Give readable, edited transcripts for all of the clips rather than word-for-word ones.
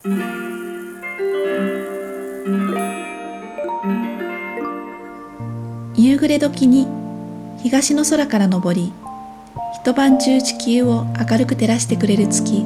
夕暮れ時に東の空から昇り、一晩中地球を明るく照らしてくれる月、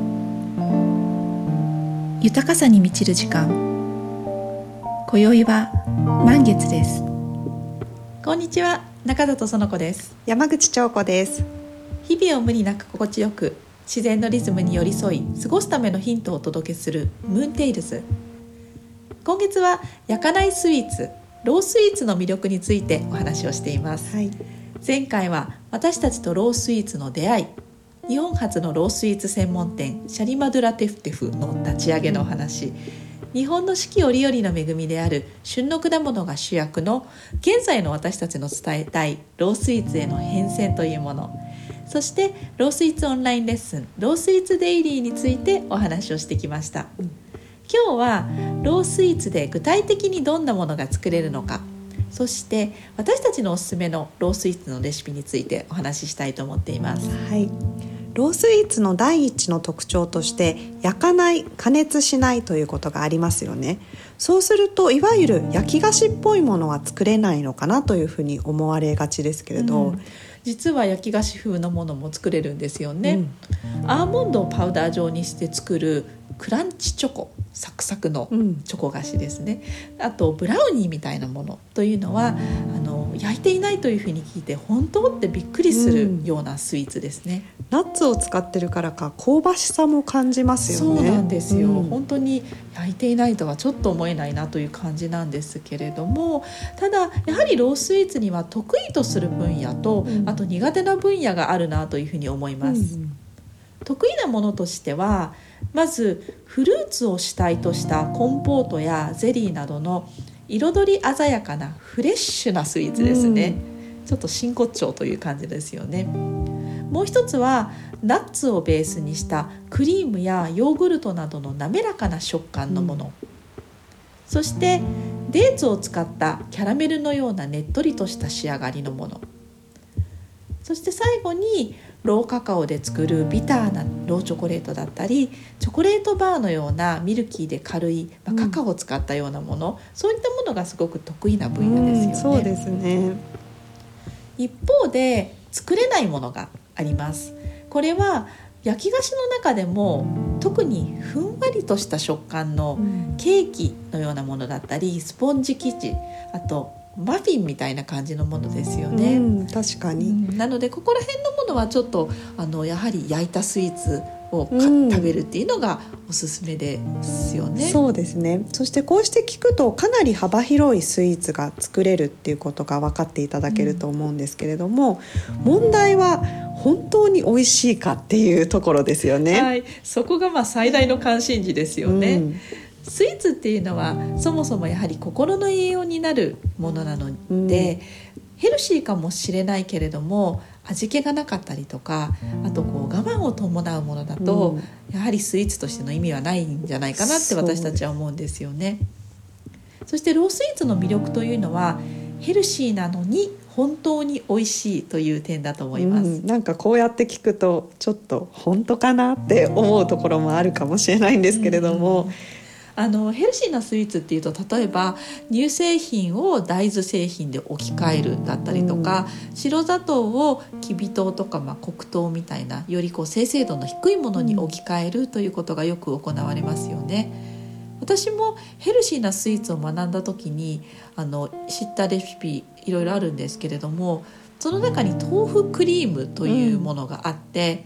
豊かさに満ちる時間。今宵は満月です。こんにちは、中里園子です。 山口彫子です。 日々を無理なく心地よく自然のリズムに寄り添い過ごすためのヒントをお届けするムーンテイルズ。今月は焼かないスイーツ、ロースイーツの魅力についてお話をしています、前回は私たちとロースイーツの出会い、日本初のロースイーツ専門店シャリマドゥラテフテフの立ち上げのお話、日本の四季折々の恵みである旬の果物が主役の現在の私たちの伝えたいロースイーツへの変遷というもの、そしてロースイーツオンラインレッスンロースイーツデイリーについてお話をしてきました、今日はロースイーツで具体的にどんなものが作れるのか、そして私たちのおすすめのロースイーツのレシピについてお話ししたいと思っています。 ロースイーツの第一の特徴として焼かない、加熱しないということがありますよね。そうするといわゆる焼き菓子っぽいものは作れないのかなというふうに思われがちですけれど、 実は焼き菓子風のものも作れるんですよね、アーモンドをパウダー状にして作るクランチチョコ、サクサクのチョコ菓子ですね、あとブラウニーみたいなものというのは焼いていないというふうに聞いて本当ってびっくりするようなスイーツですね、 ナッツを使ってるからか香ばしさも感じますよね。 そうなんですよ、本当に焼いていないとはちょっと思えないなという感じなんですけれども、ただやはりロースイーツには得意とする分野と、あと苦手な分野があるなというふうに思います、得意なものとしてはまずフルーツを主体としたコンポートやゼリーなどの彩り鮮やかなフレッシュなスイーツですね、ちょっと真骨頂という感じですよね。もう一つはナッツをベースにしたクリームやヨーグルトなどの滑らかな食感のもの、そしてデーツを使ったキャラメルのようなねっとりとした仕上がりのもの、そして最後にローカカオで作るビターなローチョコレートだったりチョコレートバーのようなミルキーで軽い、カカオを使ったようなもの、そういったものがすごく得意な分野ですよね、 そうですね。 一方で作れないものがあります。これは焼き菓子の中でも特にふんわりとした食感のケーキのようなものだったりスポンジ生地、あとマフィンみたいな感じのものですよね、 確かに、 なのでここら辺のものはちょっとやはり焼いたスイーツを食べるっていうのがおすすめですよね、 そうですね。そしてこうして聞くとかなり幅広いスイーツが作れるっていうことが分かっていただけると思うんですけれども、問題は本当に美味しいかっていうところですよね、 そこが最大の関心事ですよね、スイーツっていうのはそもそもやはり心の栄養になるものなので、ヘルシーかもしれないけれども味気がなかったりとか、あと我慢を伴うものだと、やはりスイーツとしての意味はないんじゃないかなって私たちは思うんですよね。そしてロースイーツの魅力というのはヘルシーなのに本当に美味しいという点だと思います、 なんかこうやって聞くとちょっと本当かなって思うところもあるかもしれないんですけれども、 ヘルシーなスイーツっていうと例えば乳製品を大豆製品で置き換えるだったりとか、白砂糖をきび糖とか黒糖みたいなより精製度の低いものに置き換えるということがよく行われますよね。私もヘルシーなスイーツを学んだ時に知ったレシピいろいろあるんですけれども、その中に豆腐クリームというものがあって、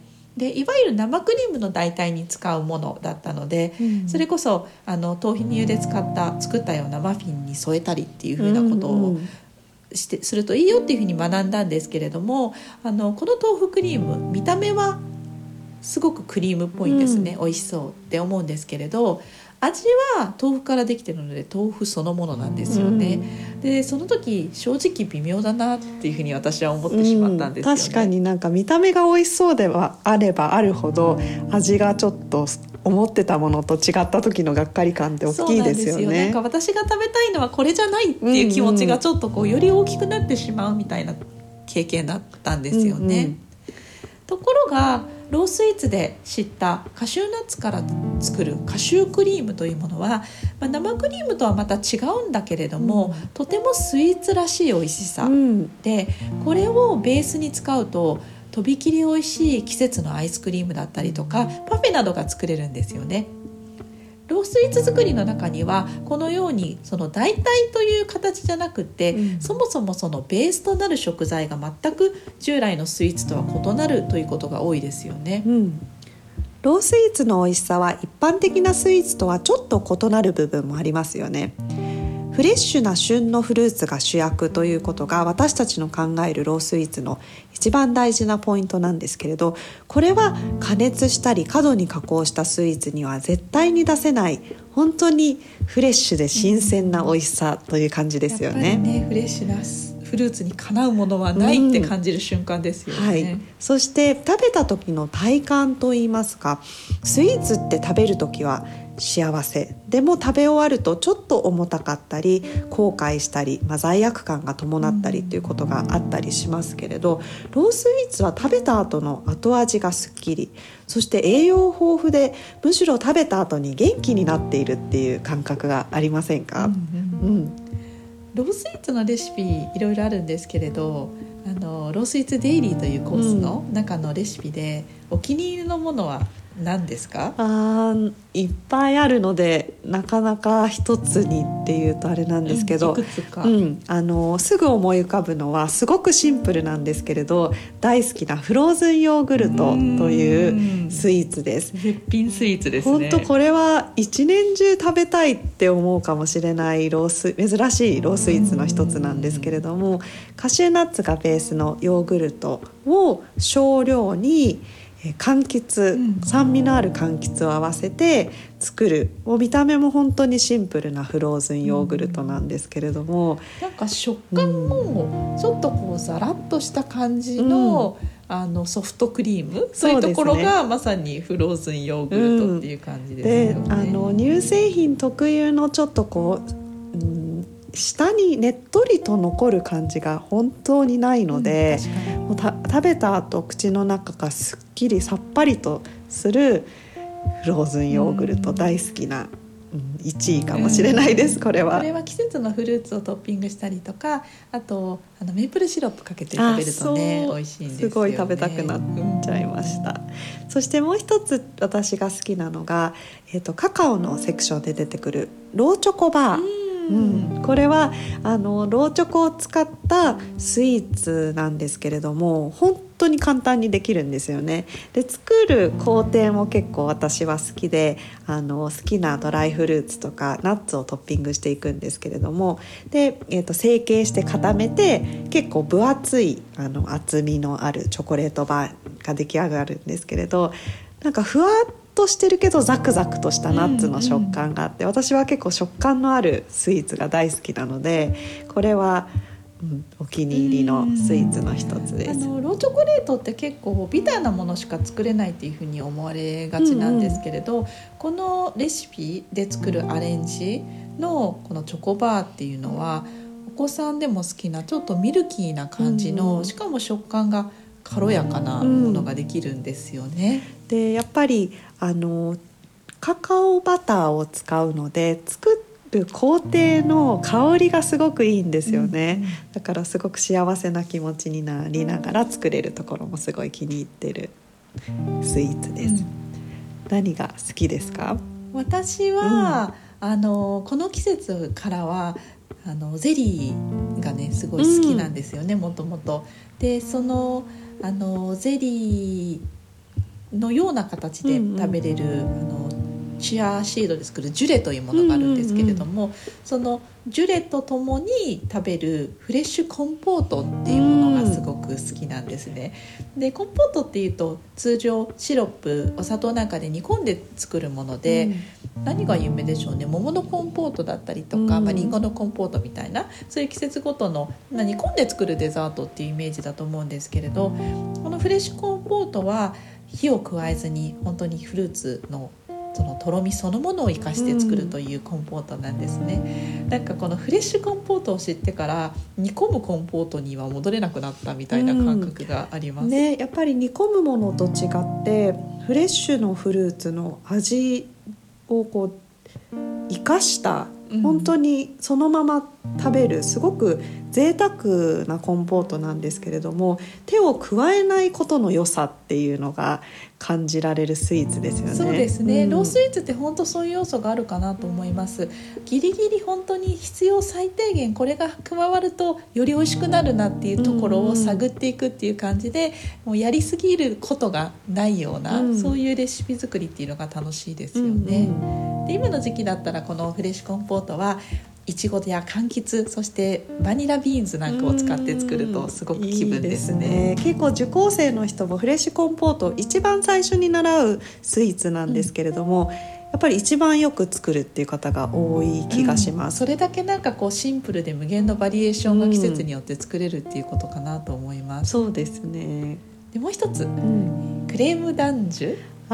でいわゆる生クリームの代替に使うものだったので、それこそ豆腐乳で作ったようなマフィンに添えたりっていうふうなことをするといいよっていうふうに学んだんですけれども、この豆腐クリーム見た目はすごくクリームっぽいんですね、美味しそうって思うんですけれど、味は豆腐からできているので豆腐そのものなんですよね、でその時正直微妙だなっていうふうに私は思ってしまったんですよね、 確かになんか見た目が美味しそうではあればあるほど味がちょっと思ってたものと違った時のがっかり感って大きいですよね。 そうなんですよ。なんか私が食べたいのはこれじゃないっていう気持ちがちょっとより大きくなってしまうみたいな経験だったんですよね、 ところがロースイーツで知ったカシューナッツから作るカシュークリームというものは、生クリームとはまた違うんだけれども、とてもスイーツらしい美味しさ、でこれをベースに使うととびきり美味しい季節のアイスクリームだったりとかパフェなどが作れるんですよね。ロースイーツ作りの中にはこのようにその代替という形じゃなくて、そもそもそのベースとなる食材が全く従来のスイーツとは異なるということが多いですよね。 ロースイーツの美味しさは一般的なスイーツとはちょっと異なる部分もありますよね。フレッシュな旬のフルーツが主役ということが私たちの考えるロースイーツの一番大事なポイントなんですけれど、これは加熱したり過度に加工したスイーツには絶対に出せない本当にフレッシュで新鮮な美味しさという感じですよね。 やっぱりね、フレッシュなフルーツにかなうものはないって感じる瞬間ですよね。 そして食べた時の体感といいますか、スイーツって食べる時は幸せでも食べ終わるとちょっと重たかったり後悔したり、罪悪感が伴ったりということがあったりしますけれど、ロースイーツは食べた後の後味がすっきり、そして栄養豊富でむしろ食べた後に元気になっているっていう感覚がありませんか？ ロースイーツのレシピいろいろあるんですけれど、ロースイーツデイリーというコースの中のレシピでお気に入りのものは何ですか？ いっぱいあるのでなかなか一つにっていうとあれなんですけど、 いくつか、 すぐ思い浮かぶのはすごくシンプルなんですけれど、大好きなフローズンヨーグルトというスイーツです。 絶品スイーツですね。 本当これは一年中食べたいって思うかもしれない珍しいロースイーツの一つなんですけれども、カシューナッツがベースのヨーグルトを少量に柑橘、酸味のある柑橘を合わせて作る、見た目も本当にシンプルなフローズンヨーグルトなんですけれども、 なんか食感もちょっとこうザラッとした感じの、ソフトクリーム、そういうところがまさにフローズンヨーグルトっていう感じですよね。 で乳製品特有のちょっとこう、下にねっとりと残る感じが本当にないので、もう食べた後口の中がすっきりさっぱりとするフローズンヨーグルト、大好きな、1位かもしれないです。これは季節のフルーツをトッピングしたりとか、あとメープルシロップかけて食べるとね美味しいんですよね。 すごい食べたくなっちゃいました。そしてもう一つ私が好きなのが、カカオのセクションで出てくるローチョコバー。これはローチョコを使ったスイーツなんですけれども、本当に簡単にできるんですよね。で作る工程も結構私は好きで、好きなドライフルーツとかナッツをトッピングしていくんですけれども、で、成形して固めて結構分厚い厚みのあるチョコレートバーが出来上がるんですけれど、なんかふわっとしてるけどザクザクとしたナッツの食感があって、私は結構食感のあるスイーツが大好きなので、これは、お気に入りのスイーツの一つです。 ローチョコレートって結構ビターなものしか作れないっていうふうに思われがちなんですけれど、このレシピで作るアレンジのこのチョコバーっていうのはお子さんでも好きなちょっとミルキーな感じの、しかも食感が軽やかなものができるんですよね。 でやっぱりカカオバターを使うので作る工程の香りがすごくいいんですよね。だからすごく幸せな気持ちになりながら作れるところもすごい気に入ってるスイーツです。何が好きですか？ 私は、この季節からはゼリーがねすごい好きなんですよね、もともと。でそのゼリーのような形で食べれる、チアシードで作るジュレというものがあるんですけれども、そのジュレとともに食べるフレッシュコンポートっていうものがすごく好きなんですね。でコンポートっていうと通常シロップお砂糖なんかで煮込んで作るもので、何が有名でしょうね、桃のコンポートだったりとか、リンゴのコンポートみたいな、そういう季節ごとの煮込んで作るデザートっていうイメージだと思うんですけれど、このフレッシュコンポートは火を加えずに本当にフルーツのそのとろみそのものを生かして作るというコンポートなんですね。なんかこのフレッシュコンポートを知ってから煮込むコンポートには戻れなくなったみたいな感覚があります、 ね、やっぱり煮込むものと違ってフレッシュのフルーツの味をこう生かした本当にそのまま食べるすごく贅沢なコンポートなんですけれども、手を加えないことの良さっていうのが感じられるスイーツですよね。 そうですね、ロースイーツって本当そういう要素があるかなと思います。ギリギリ本当に必要最低限これが加わるとより美味しくなるなっていうところを探っていくっていう感じで、もうやりすぎることがないような、そういうレシピ作りっていうのが楽しいですよね、で今の時期だったらこのフレッシュコンポートはいちごや柑橘、そしてバニラビーンズなんかを使って作るとすごく気分ですね。 いいですね。結構受講生の人もフレッシュコンポート一番最初に習うスイーツなんですけれども、やっぱり一番よく作るっていう方が多い気がします、 それだけなんかこうシンプルで無限のバリエーションが季節によって作れるっていうことかなと思います、 そうですね。 でもう一つ、クレームダンジュ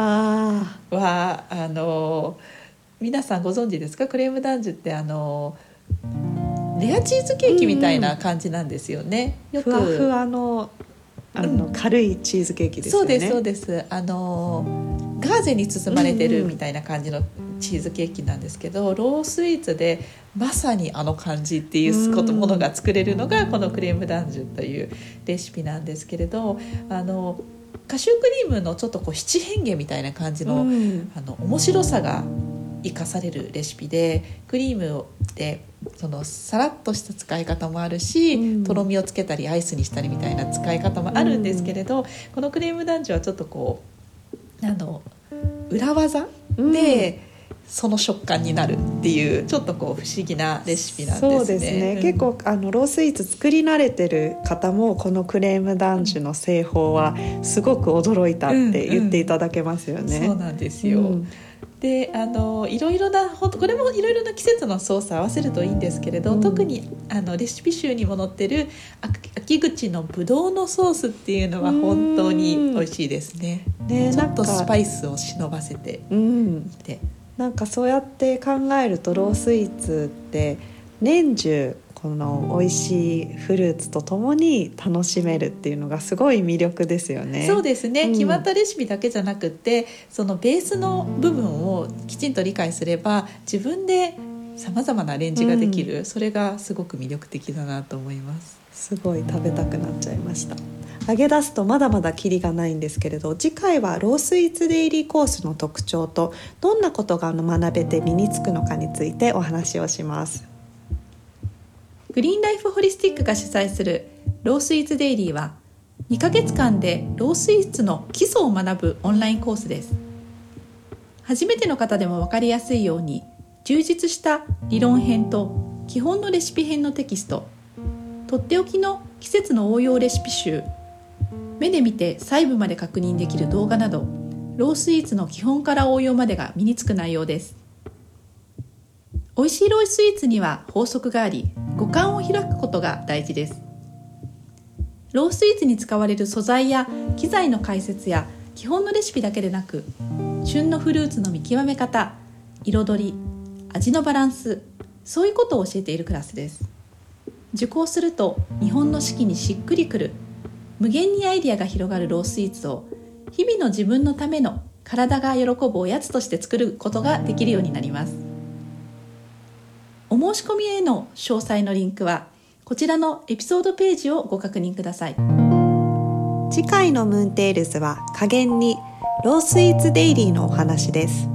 は皆さんご存知ですか？クレームダンジュってレアチーズケーキみたいな感じなんですよね、よくふわふわの軽いチーズケーキですよね。 そうですガーゼに包まれてるみたいな感じのチーズケーキなんですけど、ロースイーツでまさにあの感じっていうものが作れるのがこのクレームダンジュというレシピなんですけれど、カシュークリームのちょっとこう七変化みたいな感じの、面白さが生かされるレシピで、クリームでそのさらっとした使い方もあるし、とろみをつけたりアイスにしたりみたいな使い方もあるんですけれど、このクレームダンジュはちょっとこう裏技で、その食感になるっていうちょっとこう不思議なレシピなんですね。 そうですね、結構ロースイーツ作り慣れてる方もこのクレームダンジュの製法はすごく驚いたって言っていただけますよね、 そうなんですよ、でいろいろなこれもいろいろな季節のソース合わせるといいんですけれど、特にレシピ集にも載ってる秋口のぶどうのソースっていうのは本当に美味しいですね。ちょっとスパイスを忍ばせていて、 なんかそうやって考えるとロースイーツって年中この美味しいフルーツとともに楽しめるっていうのがすごい魅力ですよね。 そうですね、決まったレシピだけじゃなくて、そのベースの部分をきちんと理解すれば自分でさまざまなアレンジができる、それがすごく魅力的だなと思います。 すごい食べたくなっちゃいました。揚げ出すとまだまだキリがないんですけれど、次回はロースイーツデイリーコースの特徴とどんなことが学べて身につくのかについてお話をします。 グリーンライフホリスティックが主催するロースイーツデイリーは2ヶ月間でロースイーツの基礎を学ぶオンラインコースです。初めての方でも分かりやすいように充実した理論編と基本のレシピ編のテキスト、とっておきの季節の応用レシピ集、目で見て細部まで確認できる動画など、ロースイーツの基本から応用までが身につく内容です。美味しいロースイーツには法則があり、五感を開くことが大事です。ロースイーツに使われる素材や機材の解説や基本のレシピだけでなく、旬のフルーツの見極め方、彩り、味のバランス、そういうことを教えているクラスです。受講すると日本の四季にしっくりくる、無限にアイデアが広がるロースイーツを日々の自分のための体が喜ぶおやつとして作ることができるようになります。お申し込みへの詳細のリンクはこちらのエピソードページをご確認ください。 次回のムーンテールズは加減にロースイーツデイリーのお話です。